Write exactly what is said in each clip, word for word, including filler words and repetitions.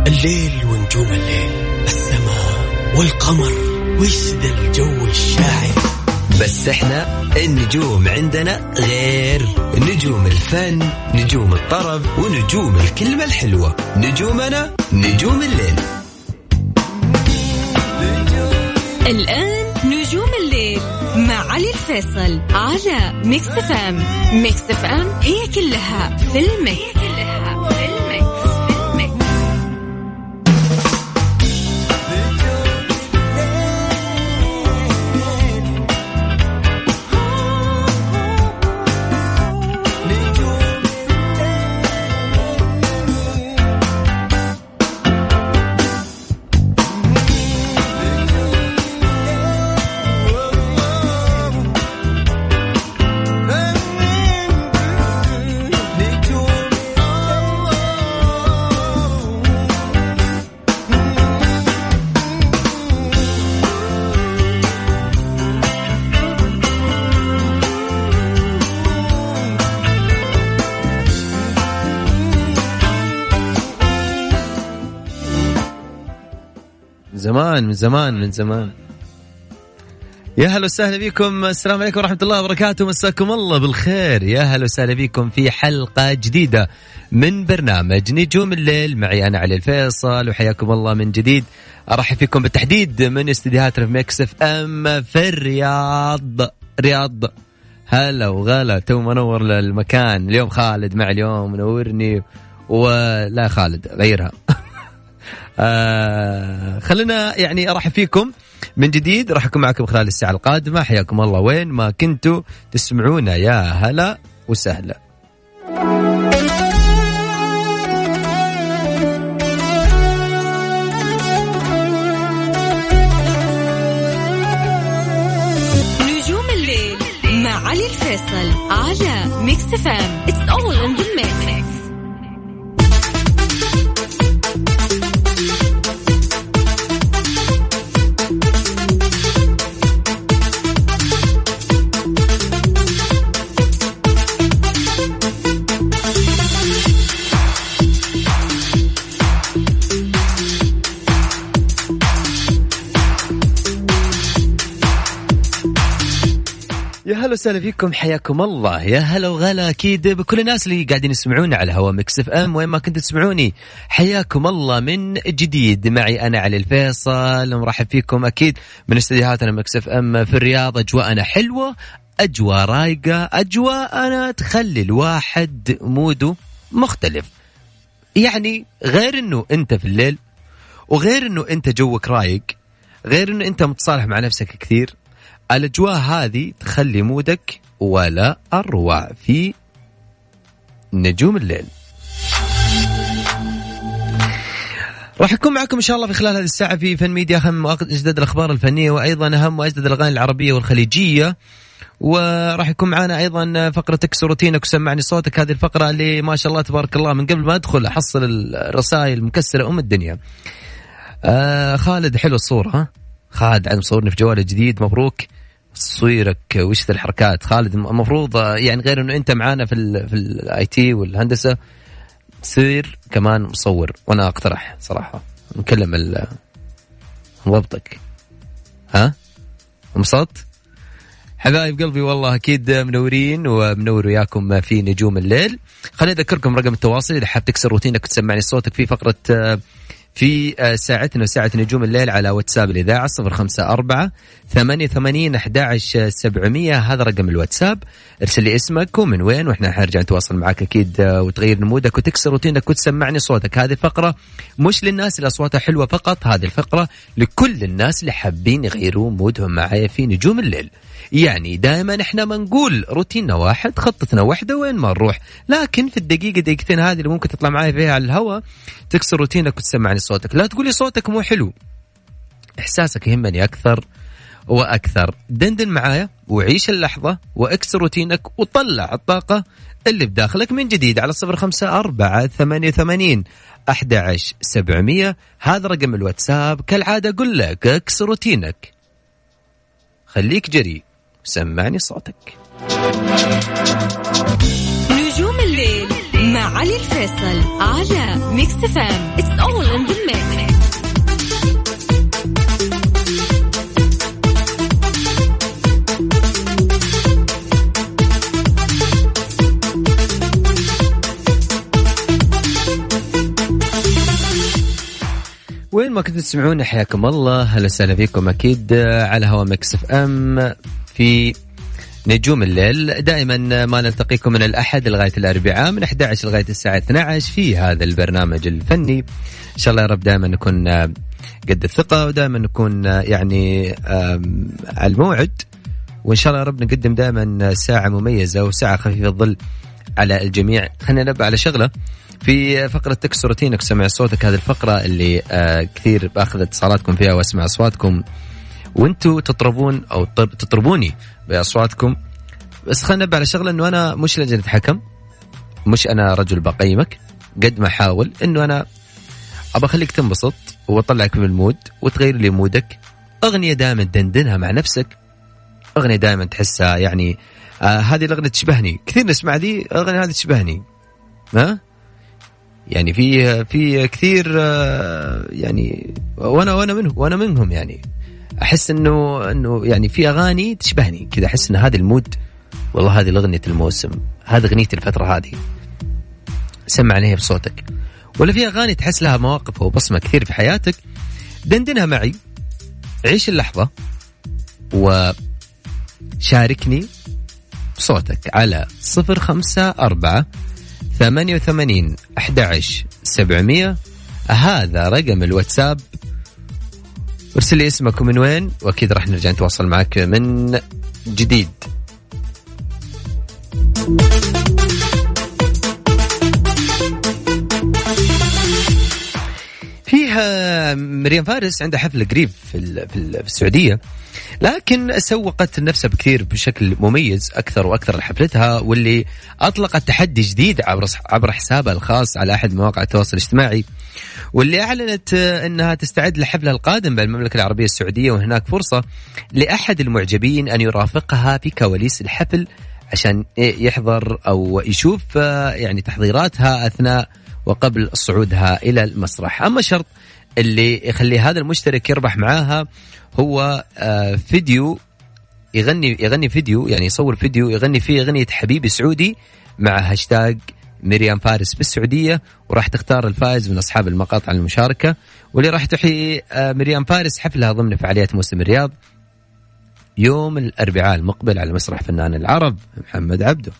الليل ونجوم الليل، السماء والقمر، وش ذا الجو الشاعر. بس احنا النجوم عندنا غير، نجوم الفن، نجوم الطرب، ونجوم الكلمة الحلوة. نجومنا نجوم الليل. الآن نجوم الليل مع علي الفيصل على ميكس اف ام. ميكس اف ام هي كلها في الميكس. زمان من زمان من زمان. يا هلا وسهلا بكم، السلام عليكم ورحمة الله وبركاته، مساكم الله بالخير. يا هلا وسهلا بكم في حلقة جديدة من برنامج نجوم الليل معي أنا علي الفيصل، وحياكم الله من جديد. أرحب فيكم بالتحديد من استديوهات ميكس اف ام في الرياض. رياض هلا وغلا، تو منور للمكان اليوم. خالد مع اليوم منورني، ولا خالد غيرها. آه خلينا يعني أرحب فيكم من جديد، راح أكون معكم خلال الساعة القادمة. حياكم الله وين ما كنتوا تسمعونا، يا هلا وسهلا. نجوم الليل مع علي الفيصل على ميكس اف ام. It's all in the mix. يا هلا وسهلا فيكم، حياكم الله. يا هلا وغلا أكيد بكل الناس اللي قاعدين يسمعونا على هوا ميكس اف ام وين ما كنتوا تسمعوني. حياكم الله من جديد، معي أنا علي الفيصل. مرحب فيكم أكيد من استديوهاتنا ميكس اف ام في الرياض. أجواءنا حلوة، أجواء رايقة، أجواء أنا تخلي الواحد موده مختلف. يعني غير إنه أنت في الليل، وغير إنه أنت جوك رايق، غير إنه أنت متصالح مع نفسك كثير. الأجواء هذه تخلي مودك ولا أروع في نجوم الليل. راح أكون معكم إن شاء الله في خلال هذه الساعة في فن ميديا، أهم وأجدد الأخبار الفنية، وأيضا أهم وأجدد الأغاني العربية والخليجية. وراح يكون معنا أيضا فقرة تكسر روتينك وسمعني صوتك. هذه الفقرة اللي ما شاء الله تبارك الله من قبل ما أدخل أحصل الرسائل مكسرة أم الدنيا. آه خالد حلو الصورة، ها خالد عن مصورني في جواله جديد، مبروك تصويرك. وش ذا الحركات خالد؟ المفروض يعني غير انه انت معانا في ال في الاي تي والهندسه تصير كمان مصور. وانا اقترح صراحه نكلم ضبطك. ها انبسطت حبايب قلبي؟ والله اكيد منورين ومنور وياكم في نجوم الليل. خليني اذكركم رقم التواصل اذا حاب تكسر روتينك وتسمعني صوتك في فقره في ساعتنا ساعة نجوم الليل على واتساب الإذاعة صفر خمسة أربعة ثمانية ثمانين أحد عشر سبعمية. هذا رقم الواتساب. ارسل لي اسمك ومن وين وإحنا حنرجع نتواصل معك أكيد، وتغير نمودك وتكسر روتينك وتسمعني صوتك. هذه الفقرة مش للناس اللي أصواتها حلوة فقط، هذه الفقرة لكل الناس اللي حابين يغيروا مودهم معايا في نجوم الليل. يعني دائما احنا ما نقول روتيننا واحد، خطتنا واحدة وين ما نروح، لكن في الدقيقة دقيقتين هذه اللي ممكن تطلع معايا فيها على الهواء تكسر روتينك وتسمعني صوتك. لا تقولي صوتك مو حلو، إحساسك يهمني أكثر وأكثر. دندن معايا وعيش اللحظة واكسر روتينك وطلع الطاقة اللي بداخلك من جديد على صفر خمسة أربعة ثمانية ثمانين أحد عشر سبعمية. هذا رقم الواتساب. كالعادة أقول لك اكسر روتينك، خليك جري، سمعني صوتك. نجوم الليل مع علي الفيصل على ميكس إف إم. It's all in the mix. وين ما كنتوا تسمعون حياكم الله، هلا وسهلا فيكم أكيد على هوا ميكس إف إم في نجوم الليل. دائما ما نلتقيكم من الأحد لغاية الأربعاء من أحد عشر لغاية الساعة اثنتي عشرة في هذا البرنامج الفني. إن شاء الله يا رب دائما نكون قد الثقة ودائما نكون يعني على الموعد، وإن شاء الله يا رب نقدم دائما ساعة مميزة وساعة خفيفة الظل على الجميع. خلينا نبدأ على شغلة في فقرة تكسر روتينك سمع صوتك. هذه الفقرة اللي آه كثير باخذ اتصالاتكم فيها واسمع أصواتكم وانتوا تطربون أو تطربوني بأصواتكم. بس خلينا نبدأ على شغلة إنه أنا مش لجنة حكم، مش أنا رجل بقيمك، قد ما أحاول إنه أنا أبى أخليك تنبسط وأطلعك من المود وتغير لي مودك. أغنية دائما دندنها مع نفسك، أغنية دائما تحسها يعني آه هذه الأغنية تشبهني، كثير نسمع ذي أغنية هذه تشبهني، ها يعني في في كثير يعني وانا وانا منهم وانا منهم يعني احس انه انه يعني في اغاني تشبهني كذا، احس ان هذا المود والله هذه اغنيه الموسم، هذه اغنيه الفتره هذه، سمع عليها بصوتك. ولا في اغاني تحس لها مواقف وبصمه كثير في حياتك، دندنها معي، عيش اللحظه وشاركني بصوتك على صفر خمسة أربعة ثمانية وثمانين أحد عشر سبعمية. هذا رقم الواتساب. ارسل لي اسمك ومن وين، واكيد راح نرجع نتواصل معك من جديد. فيها مريم فارس عندها حفل قريب في في السعودية، لكن سوقت نفسها بكثير بشكل مميز أكثر وأكثر لحفلتها، واللي أطلقت تحدي جديد عبر عبر حسابها الخاص على أحد مواقع التواصل الاجتماعي، واللي أعلنت أنها تستعد لحفلها القادم بالمملكة العربية السعودية، وهناك فرصة لأحد المعجبين أن يرافقها في كواليس الحفل عشان يحضر أو يشوف يعني تحضيراتها أثناء وقبل صعودها إلى المسرح. أما الشرط اللي يخلي هذا المشترك يربح معاها هو فيديو يغني يغني فيديو يعني يصور فيديو يغني فيه أغنية حبيبي سعودي مع هاشتاج مريم فارس بالسعودية، وراح تختار الفائز من أصحاب المقاطع المشاركة، واللي راح تحيي مريم فارس حفلها ضمن فعاليات موسم الرياض يوم الأربعاء المقبل على مسرح فنان العرب محمد عبده.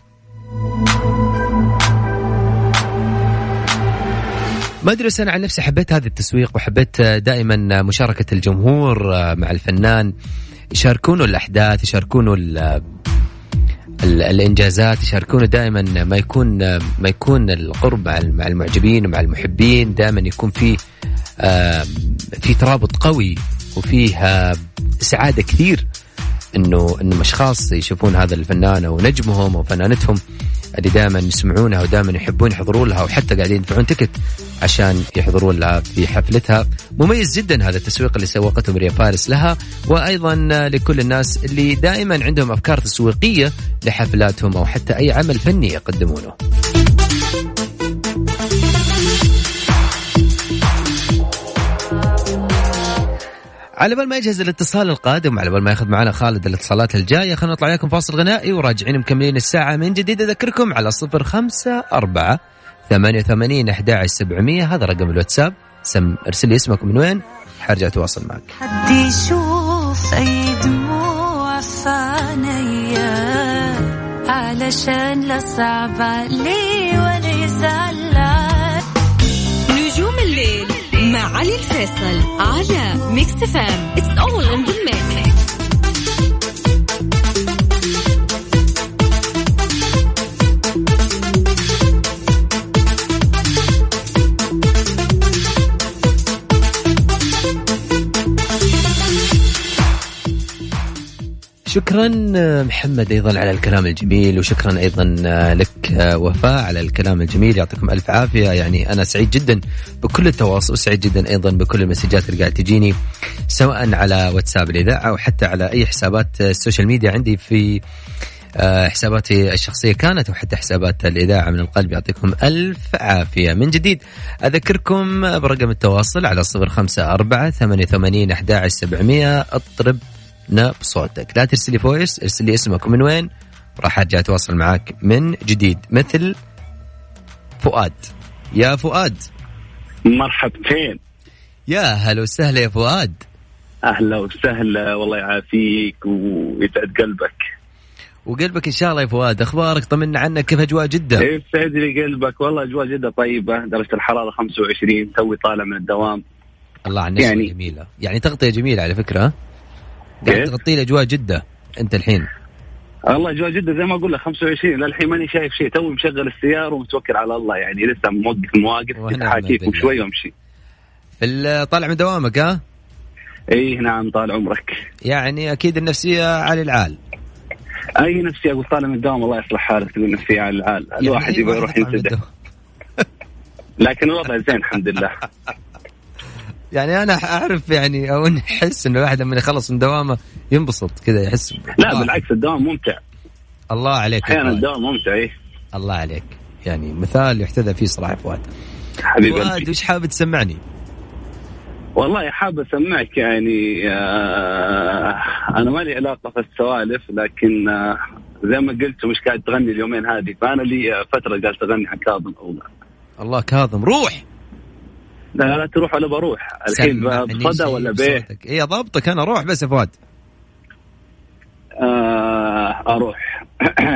ما أدري، أنا عن نفسي حبيت هذا التسويق، وحبيت دائما مشاركة الجمهور مع الفنان، يشاركونه الأحداث، يشاركونه الإنجازات، يشاركونه دائما ما يكون ما يكون القرب مع المعجبين ومع المحبين، دائما يكون فيه في ترابط قوي وفيه سعادة كثير إنه إنه أشخاص يشوفون هذا الفنان أو نجمهم أو فنانتهم اللي دائما يسمعونها ودائما يحبون يحضرون لها، وحتى قاعدين يدفعون تكت عشان يحضرون لها في حفلتها. مميز جدا هذا التسويق اللي سوقته مريم فارس لها، وأيضا لكل الناس اللي دائما عندهم أفكار تسويقية لحفلاتهم أو حتى أي عمل فني يقدمونه. على بال ما يجهز الاتصال القادم، على بال ما ياخذ معنا خالد الاتصالات الجاية، خلينا نطلع لكم فاصل غنائي وراجعين مكملين الساعة من جديد. أذكركم على صفر خمسة أربعة ثمانية وثمانين أحد عشر سبعمية، هذا رقم الواتساب. سم ارسل لي اسمك من وين، حرجع أتواصل معك. حد يشوف أي دموع فانية علشان لا صعب علي ولا يزعلان. نجوم الليل مع علي الفيصل على ميكس إف إم. It's all in the mix. شكرا محمد أيضا على الكلام الجميل، وشكرا أيضا لك وفاء على الكلام الجميل، يعطيكم ألف عافية. يعني أنا سعيد جدا بكل التواصل، وسعيد جدا أيضا بكل المسجات اللي قاعد تجيني سواء على واتساب الإذاعة أو حتى على أي حسابات السوشيال ميديا عندي في حساباتي الشخصية كانت وحتى حسابات الإذاعة من القلب. يعطيكم ألف عافية. من جديد أذكركم برقم التواصل على صفر خمسة أربعة ثمانية ثمانين أحد عشر سبعمية. اضربنا بصوتك، لا ترسلي فويس، ارسل لي اسمك ومن وين، راح أرجع أتواصل معك من جديد. مثل فؤاد. يا فؤاد مرحبتين. يا هلا وسهلا يا فؤاد. أهلا وسهلا، والله يعافيك ويسعد قلبك. وقلبك إن شاء الله يا فؤاد. أخبارك؟ طمنا عنك، كيف أجواء جدة؟ يسعد لي قلبك. والله أجواء جدة طيبة، درجة الحرارة خمسة وعشرين، توي طالع من الدوام. الله عن نشوة يعني جميلة، يعني تغطية جميلة على فكرة. قاعد تغطي الأجواء جدة أنت الحين. الله أجواء جدة زي ما أقول لك خمسة وعشرين، للحين ماني شايف شيء، توي مشغل السيارة ومتوكل على الله، يعني لسه موقف المواقف حاكيكم شوي وامشي. في طالع من دوامك ها؟ ايه نعم طال عمرك. يعني اكيد النفسيه على العال. اي نفسيه اقول طالع من الدوام الله يصلح حالك، تقول نفسيه على العال. يعني الواحد يبغى يروح ينسدح لكن الوضع زين الحمد لله. يعني انا اعرف يعني او نحس انه الواحد لما يخلص من دوامه ينبسط كذا، يحس لا بالعكس الدوام ممتع. الله عليك. احيانا الدوام ممتع. ايه الله عليك، يعني مثال يحتذى فيه صراحه. فؤاد حبيبي فؤاد وش حابب تسمعني؟ والله حاب أسمعك يعني آه أنا ما لي علاقة في السوالف، لكن آه زي ما قلت مش قاعد تغني اليومين هذه، فأنا لي فترة قاعد تغني عن كاظم أولا. الله كاظم روح. لا لا تروح ولا بروح الحين، بصدى ولا بيه؟ إيه ضبطك أنا روح بس يا فؤاد. آه أروح.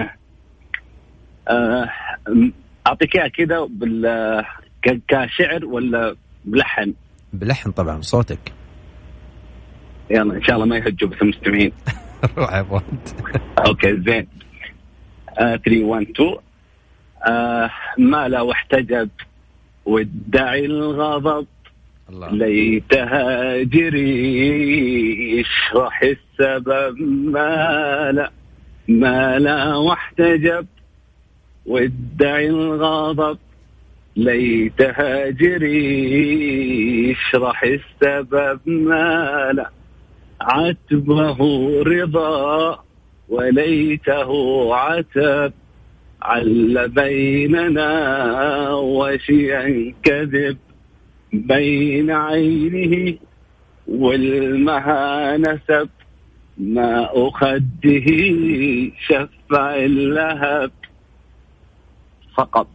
آه أعطيك إياه كذا بال كشعر ولا بلحن؟ بلحن طبعا صوتك. يلا إن شاء الله ما يهجوا بس المستمعين. روح يا فؤاد. أوكي زين. ثلاثة واحد اثنين. آه ما لا واحتجب وادعي الغضب الله. ليتها جري اشرح السبب. ما لا ما لا واحتجب وادعي الغضب ليتها جري اشرح السبب. ما لا عتبه رضا وليته عتب عل بيننا وشيئا كذب بين عينه والمها نسب ما أخده شفع اللهب فقط.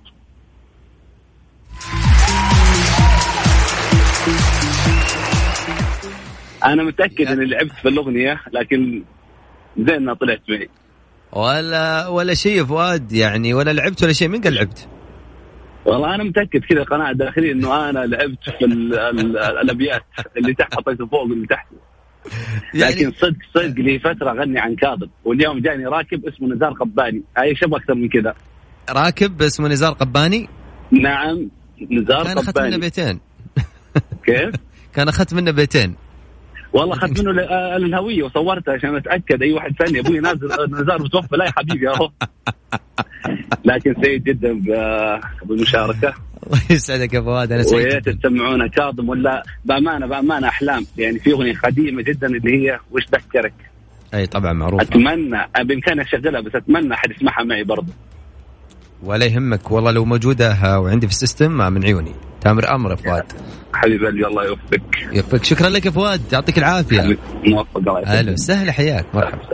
أنا متأكد أني لعبت في الأغنية لكن زي أنها طلعت معي. ولا ولا شيء فؤاد يعني، ولا لعبت ولا شيء. من قال لعبت؟ والله أنا متأكد كذا قناعة داخلية إنه أنا لعبت في ال ال الأبيات اللي تحت حطيته فوق واللي تحت. يعني لكن صدق صدق لي فترة غني عن كاظم، واليوم جاني راكب اسمه نزار قباني. أي شب أكثر من كذا. راكب اسمه نزار قباني؟ نعم نزار كان قباني. كان أخذت منه بيتين. كيف؟ كان أخذت منه بيتين. والله أخذت منه الهوية وصورتها عشان أتأكد أي واحد ثاني أبوي نازل نزار متوفى. لا يا حبيبي أهو. لكن سعيد جدا بالمشاركة. الله يسعدك يا فؤاد. أنا سعيد. ويا تسمعونا كاظم ولا بأمانة بأمانة أحلام، يعني في أغنية قديمة جدا اللي هي وش ذكرك. أي طبعا معروفة. أتمنى بإمكاني أشغلها بس أتمنى أحد يسمعها معي برضه. ولا يهمك والله لو موجودة وعندي في السيستم من عيوني. تامر أمر فؤاد حبيبي قلبي الله يوفقك. يوفقك. شكرا لك يا فؤاد، يعطيك العافية. موفق الله يسعدك. أهلا وسهلا حياك مرحبا.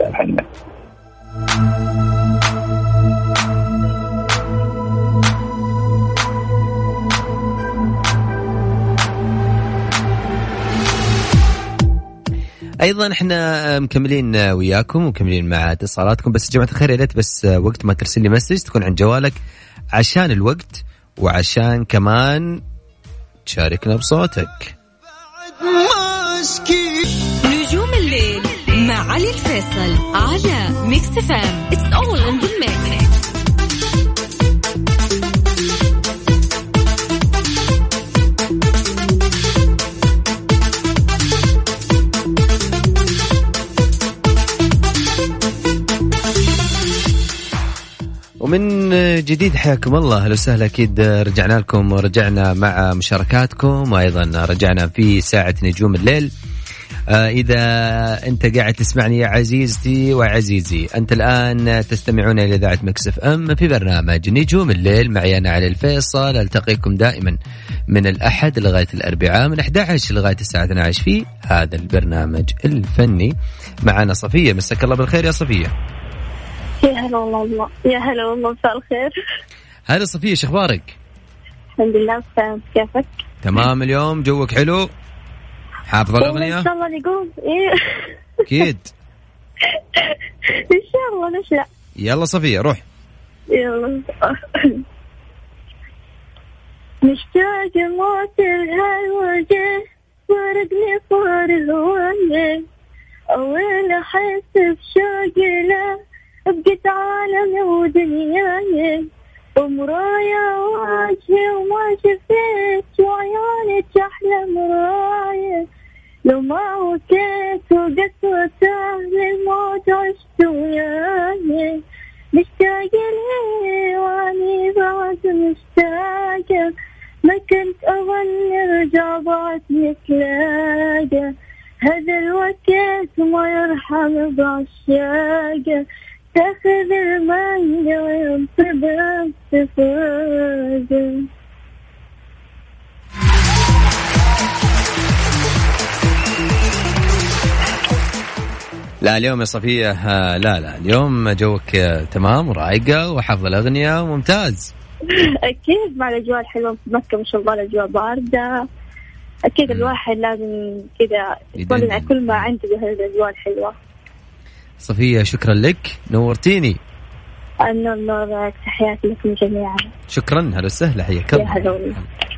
ايضا احنا مكملين وياكم ومكملين مع اتصالاتكم. بس جماعه الخير يا ريت بس وقت ما ترسل لي مسج تكون عند جوالك عشان الوقت وعشان كمان تشاركنا بصوتك. نجوم الليل مع علي الفيصل على ميكس فام. It's all in the mix. ومن جديد حياكم الله. اهلا وسهلا. اكيد رجعنا لكم ورجعنا مع مشاركاتكم، وايضا رجعنا في ساعه نجوم الليل. آه إذا أنت قاعد تسمعني يا عزيزتي وعزيزي، أنت الآن تستمعون إلى إذاعة مكس اف ام في برنامج نجوم الليل معي أنا علي الفيصل. ألتقيكم دائما من الأحد لغاية الأربعاء من أحد عشر لغاية الساعة اثنتي عشرة في هذا البرنامج الفني. معنا صفية، مساك الله بالخير يا صفية. يا هلا والله، يا هلا والله، مساء الخير. هلا صفية، شو أخبارك؟ الحمد لله، كيفك؟ تمام. اليوم جوك حلو؟ حافظ الأغنية؟ إن شاء الله نقول إيه. أكيد. إن شاء الله، ليش لا؟ يلا صفية روح. يلا. مشتاق موت الهوجة ورقني فور الهوية، أول أحس بشوقي له بقيت عالمي ودنياي، ومرايا وجهي وما شفت وعيوني تحلى مرايا، لو ما وكيت وقسوته للموت عشت وياي، مشتاق لي واني بعد مشتاقة، ما كنت أظن ارجع بعد نتلاقى، هذا الوقت ما يرحم بعشاقة، تاخذ المانجا وينطبق تفاقة. لا اليوم يا صفية لا لا اليوم جوك تمام ورايقة وحافظ الأغنية ممتاز. أكيد مع الأجواء الحلوة في مكة ما شاء الله، الأجواء باردة، أكيد الواحد لازم كذا يطلع كل ما عنده بهذه الأجواء الحلوة. صفية شكرا لك، نورتيني. النور نورك، تحياتي لكم جميعا. شكرا، هلا وسهلا، حياك الله. يا هلا والله.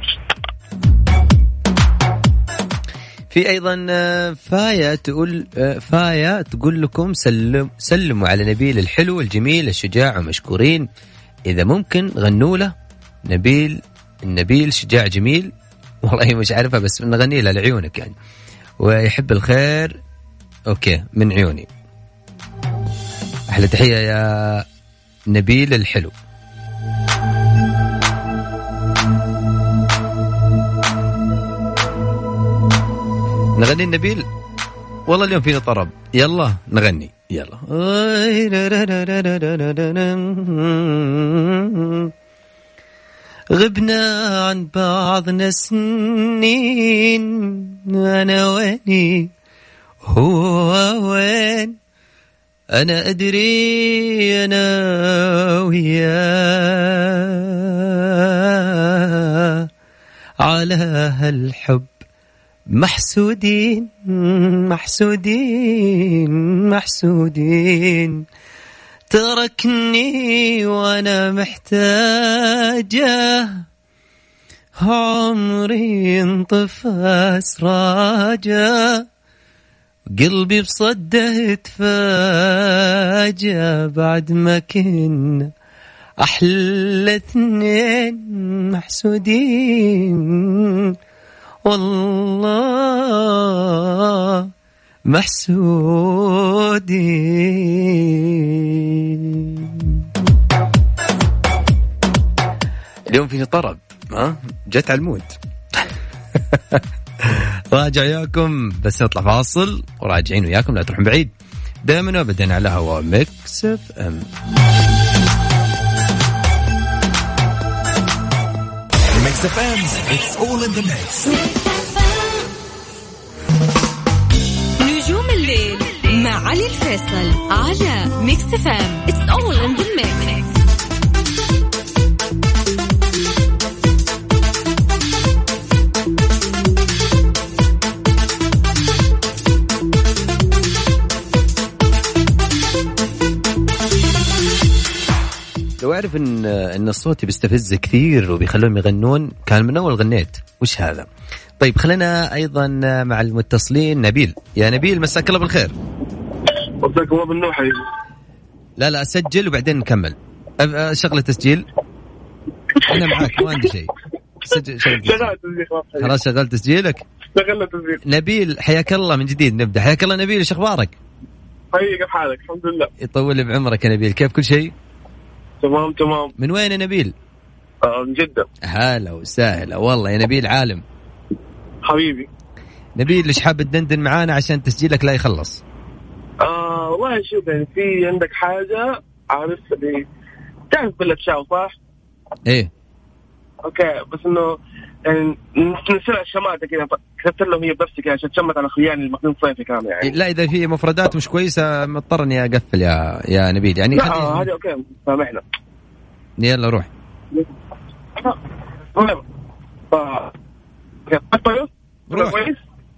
في أيضا فايا تقول فايا تقول لكم سلم سلموا على نبيل الحلو الجميل الشجاع ومشكورين، إذا ممكن غنوا له. نبيل النبيل شجاع جميل، والله مش عارفها بس نغني له لعيونك يعني، ويحب الخير. أوكي من عيوني. أحلى تحية يا نبيل الحلو. نغني النبيل، والله اليوم فينا طرب، يلا نغني يلا. غبنا عن بعضنا سنين، أنا ويني هو وين، أنا أدري أنا وياه على هالحب محسودين محسودين محسودين، تركني وأنا محتاجة، عمري انطفى سراجة، قلبي بصده تفاجأ، بعد ما كنا أحلى اثنين محسودين، والله محسودين. اليوم فيني طرب، ها جت على المود. راجع وياكم بس نطلع فاصل وراجعين وياكم، لا تروحون بعيد، دائما وابدا على هوا ميكس اف ام. ميكس اف ام it's all in the mix. نجوم الليل مع علي الفيصل على ميكس اف ام it's all in the mix. لو أعرف إن إن الصوت بيستفز كثير وبيخلوهم يغنون كان من أول غنيت. وش هذا؟ طيب خلينا أيضا مع المتصلين. نبيل، يا نبيل مساك الله بالخير. مساك الله بالنور حبيبي. لا لا أسجل وبعدين نكمل. شغلة تسجيل. أنا معاك ما عندي شيء. سجل شغل تسجيل. خلاص شغلت تسجيلك. شغلت تسجيل. نبيل حياك الله من جديد، نبدأ. حياك الله نبيل، إيش أخبارك؟ حياك كيف حالك؟ الحمد لله. يطول بعمرك يا نبيل، كيف كل شيء؟ تمام تمام. من وين يا نبيل؟ آه من جدة. هلا وسهلا والله يا نبيل، عالم حبيبي. نبيل ليش حاب تدندن معانا عشان تسجيلك لا يخلص؟ آه والله شوف يعني في عندك حاجة عارف اللي تعرف بلة شاو صح؟ ايه اوكي بس انه يعني نسرع الشماتة كذا كتبت له هي بنفسي كذا عشان تشمت على خياني المخزون صيفي كامل يعني. لا اذا في مفردات مش كويسة مضطر اني اقفل يا يا نبيل يعني. لا هذه اوكي سامحنا. يلا روح. طيب طيب روح. كويس.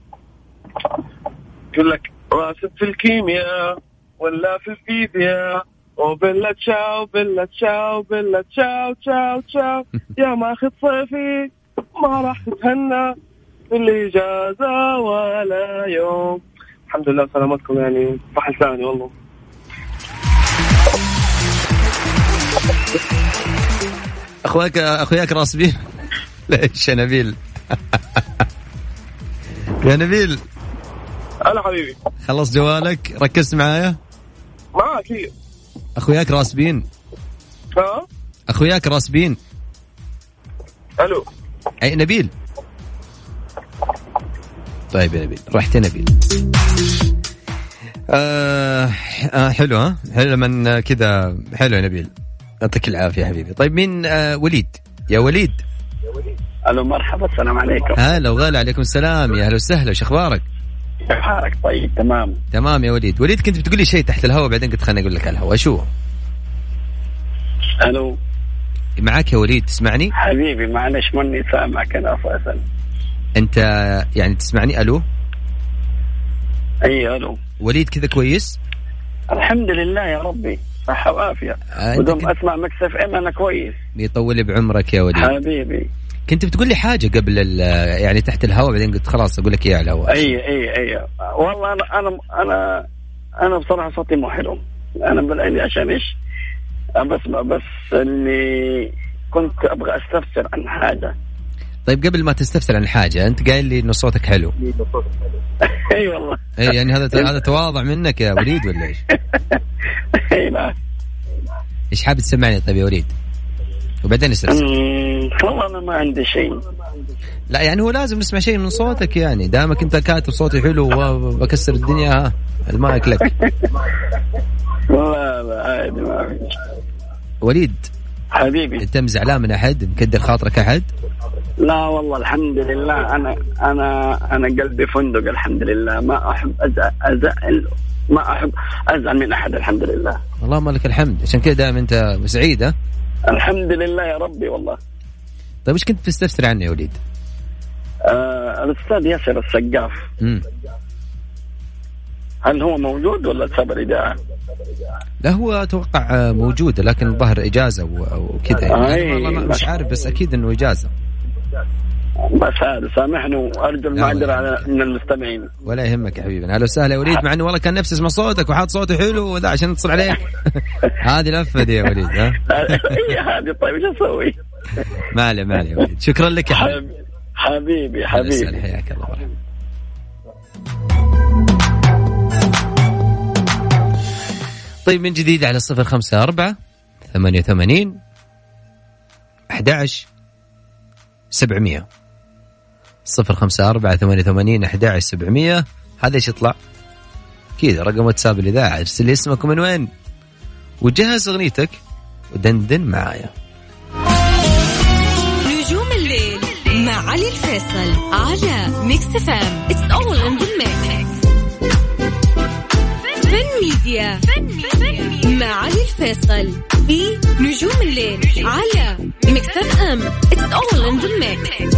يقول لك راسب في الكيمياء ولا في الفيزياء وبلا تشاو بلا تشاو بلا تشاو تشاو تشاو يا ماخذ صيفي ما راح تتهنى في الإجازة ولا يوم. الحمد لله سلامتكم يعني فحل ثاني والله. أخوك أخوياك راسبين. ليش يا نبيل؟ يا نبيل أنا حبيبي خلص جوالك ركزت معايا. ما أكيد أخوياك راسبين. ها أخوياك راسبين. ألو أي نبيل. طيب يا نبيل رحت يا نبيل. آه آه حلو ها حلو من كذا حلو يا نبيل يعطيك العافية يا حبيبي. طيب مين آه وليد يا وليد. ألو مرحبا السلام عليكم. هلا وغالي عليكم السلام يا أهلا وسهلا وش أخبارك؟ كيف حالك؟ طيب تمام تمام يا وليد. وليد كنت بتقول لي شيء تحت الهواء بعدين قلت خليني أقول لك على الهواء شو؟ ألو معك يا وليد تسمعني؟ حبيبي معلش مني سامعك أنا أساسا. أنت يعني تسمعني؟ ألو أي ألو وليد كذا كويس؟ الحمد لله يا ربي صحة وعافية. آه ودوم كنت... أسمع مكسف إم أنا كويس. بيطول بعمرك يا وليد. حبيبي كنت بتقول لي حاجة قبل يعني تحت الهواء بعدين قلت خلاص أقول لك إياها على الهواء. أي أي أي والله أنا أنا أنا أنا بصراحة صوتي مو حلو. أنا بالعيني عشان إيش بسمع بس اللي كنت أبغى أستفسر عن حاجة. طيب قبل ما تستفسر عن حاجة أنت قايل لي إنه صوتك حلو. أي والله. أي يعني هذا هذا تواضع منك يا وليد ولا إيش؟ أي لا. إيش حابب تسمعني طيب يا وليد؟ وبعدين استفسر. والله أنا ما عندي شيء. لا يعني هو لازم نسمع شيء من صوتك يعني دامك أنت كاتب صوتي حلو وبكسر الدنيا ها المايك لك. لا لا عادي ما في. وليد حبيبي أنت مزعلان من أحد مكدر خاطرك أحد؟ لا والله الحمد لله أنا أنا أنا قلبي فندق الحمد لله ما أحب أزعل أزعل ما أحب أزعل من أحد الحمد لله. اللهم لك الحمد عشان كده دائما أنت سعيد ها؟ الحمد لله يا ربي والله. طيب إيش كنت تستفسر عنه يا وليد؟ آه الأستاذ ياسر السقاف. مم. هل هو موجود ولا سبب الإذاعة؟ لا هو أتوقع موجود لكن الظهر إجازة وكذا يعني. والله مش عارف بس أكيد إنه إجازة. بس هذا سامحني وأرجو المعذرة على من المستمعين. ولا يهمك يا حبيبي. أهلا وسهلا يا وليد مع إنه والله كان نفسي اسمع صوتك وحاط صوتي حلو وذا عشان اتصل عليك. هذه لفة دي يا وليد ها. إيه هذه طيب إيش أسوي؟ ما عليه ما عليه يا وليد شكرا لك يا حبيبي. حبيبي حبيبي حياك الله مرحبا. طيب من جديد على صفر خمسة أربعة ثمانية ثمانين أحد عشر سبعمية صفر خمسة أربعة ثمانية ثمانين أحد عشر سبعمية. هذا إيش يطلع كذا رقم واتساب الإذاعة. ارسل لي اسمك ومن وين وجهز أغنيتك ودندن معايا. نجوم الليل مع علي الفيصل على ميكس فام. It's all in the mix. فن ميديا مع علي الفيصل في نجوم الليل على ميكس فام. It's all in the mix.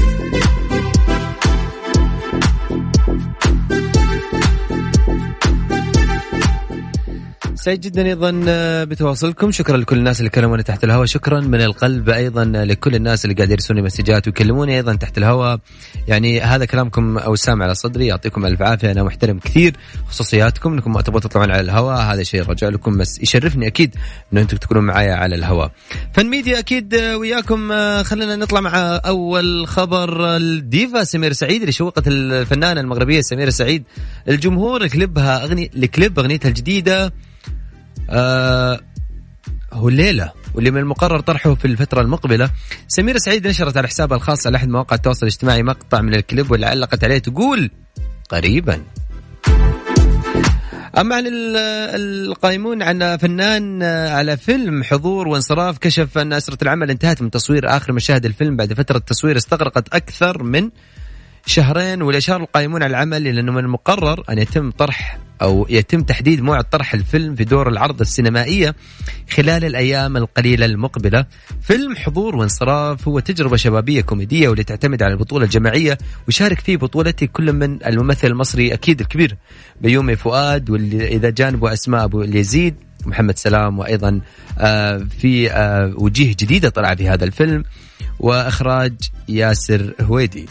سعيد جدا ايضا بتواصلكم. شكرا لكل الناس اللي كلموني تحت الهواء. شكرا من القلب ايضا لكل الناس اللي قاعد يرسلوني مسجات ويكلموني ايضا تحت الهواء. يعني هذا كلامكم اوسام على صدري. يعطيكم الف عافيه. انا محترم كثير خصوصياتكم انكم ما تبغوا تطلعون على الهواء. هذا شيء رجع لكم بس يشرفني اكيد انه انتم تكونوا معايا على الهواء. فن ميديا اكيد وياكم. خلينا نطلع مع اول خبر. الديفا سمير سعيد اللي شوقت الفنانه المغربيه سمير سعيد الجمهور كليبها اغني لكليب اغنيتها الجديده آه هو الليلة واللي من المقرر طرحه في الفترة المقبلة. سميرة سعيد نشرت على حسابها الخاص على أحد مواقع التواصل الاجتماعي مقطع من الكليب واللي علقت عليه تقول قريبا. أما عن القائمون عن فنان على فيلم حضور وانصراف، كشف أن أسرة العمل انتهت من تصوير آخر مشاهد الفيلم بعد فترة تصوير استغرقت أكثر من شهرين. والأشار القائمون على العمل إلى أنه من المقرر أن يتم طرح أو يتم تحديد موعد طرح الفيلم في دور العرض السينمائية خلال الأيام القليلة المقبلة. فيلم حضور وانصراف هو تجربة شبابية كوميدية واللي تعتمد على البطولة الجماعية، وشارك فيه بطولته كل من الممثل المصري أكيد الكبير بيومي فؤاد، واللي إذا جانبه أسماء أبو اليزيد، محمد سلام، وأيضا في وجيه جديدة طلع في هذا الفيلم، وإخراج ياسر هويدي.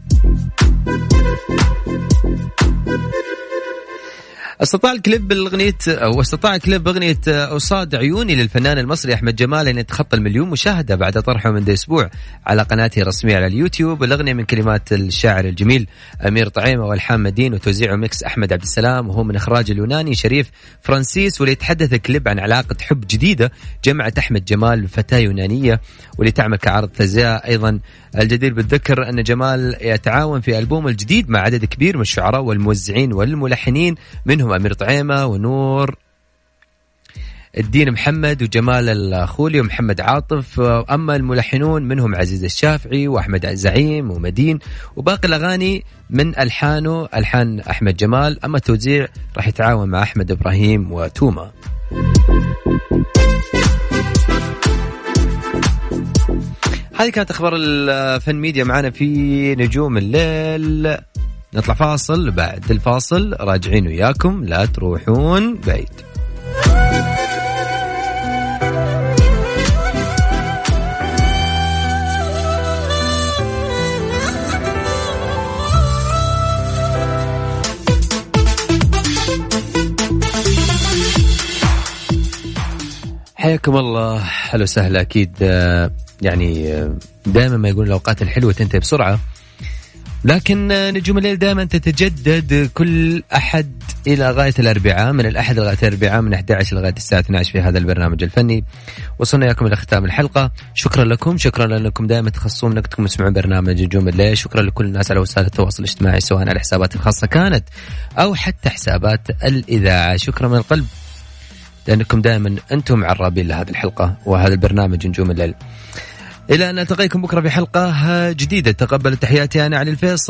استطاع الكليب بالأغنية أو استطاع كليب أغنية أصاد عيوني للفنان المصري أحمد جمال أن يتخطى المليون مشاهدة بعد طرحه منذ أسبوع على قناته الرسمية على اليوتيوب. الأغنية من كلمات الشاعر الجميل أمير طعيمة والحان مدين، وتوزيعه ميكس أحمد عبد السلام، وهو من إخراج اليوناني شريف فرانسيس. واللي يتحدث الكليب عن علاقة حب جديدة جمعت أحمد جمال بفتاة يونانية واللي تعمل كعرض تزياء. أيضا الجدير بالذكر أن جمال يتعاون في ألبوم الجديد مع عدد كبير من الشعراء والموزعين والملحنين، منهم أمير طعيمة ونور الدين محمد وجمال الخولي ومحمد عاطف. أما الملحنون منهم عزيز الشافعي وأحمد زعيم ومدين، وباقي الأغاني من ألحانه ألحان أحمد جمال. أما التوزيع راح يتعاون مع أحمد إبراهيم وتوما. هذه كانت أخبار الفن ميديا معنا في نجوم الليل. نطلع فاصل، بعد الفاصل راجعين وياكم، لا تروحون بعيد. حياكم الله، حلو سهل. أكيد يعني دائما ما يقول الأوقات الحلوة تنتهي بسرعة، لكن نجوم الليل دائما تتجدد كل أحد إلى غاية الأربعاء، من الأحد لغاية الأربعاء من أحد عشر لغاية الساعة اثنتي عشرة في هذا البرنامج الفني. وصلنا إياكم إلى ختام الحلقة. شكرا لكم، شكرا لأنكم دائما تخصصون أنكم تسمعون برنامج نجوم الليل. شكرا لكل الناس على وسائل التواصل الاجتماعي سواء على حسابات الخاصة كانت أو حتى حسابات الإذاعة. شكرا من القلب لأنكم دائما أنتم عرابين لهذه الحلقة وهذا البرنامج نجوم الليل. إلى أن نلتقيكم بكرة في حلقة جديدة. تقبل تحياتي أنا علي الفيصل.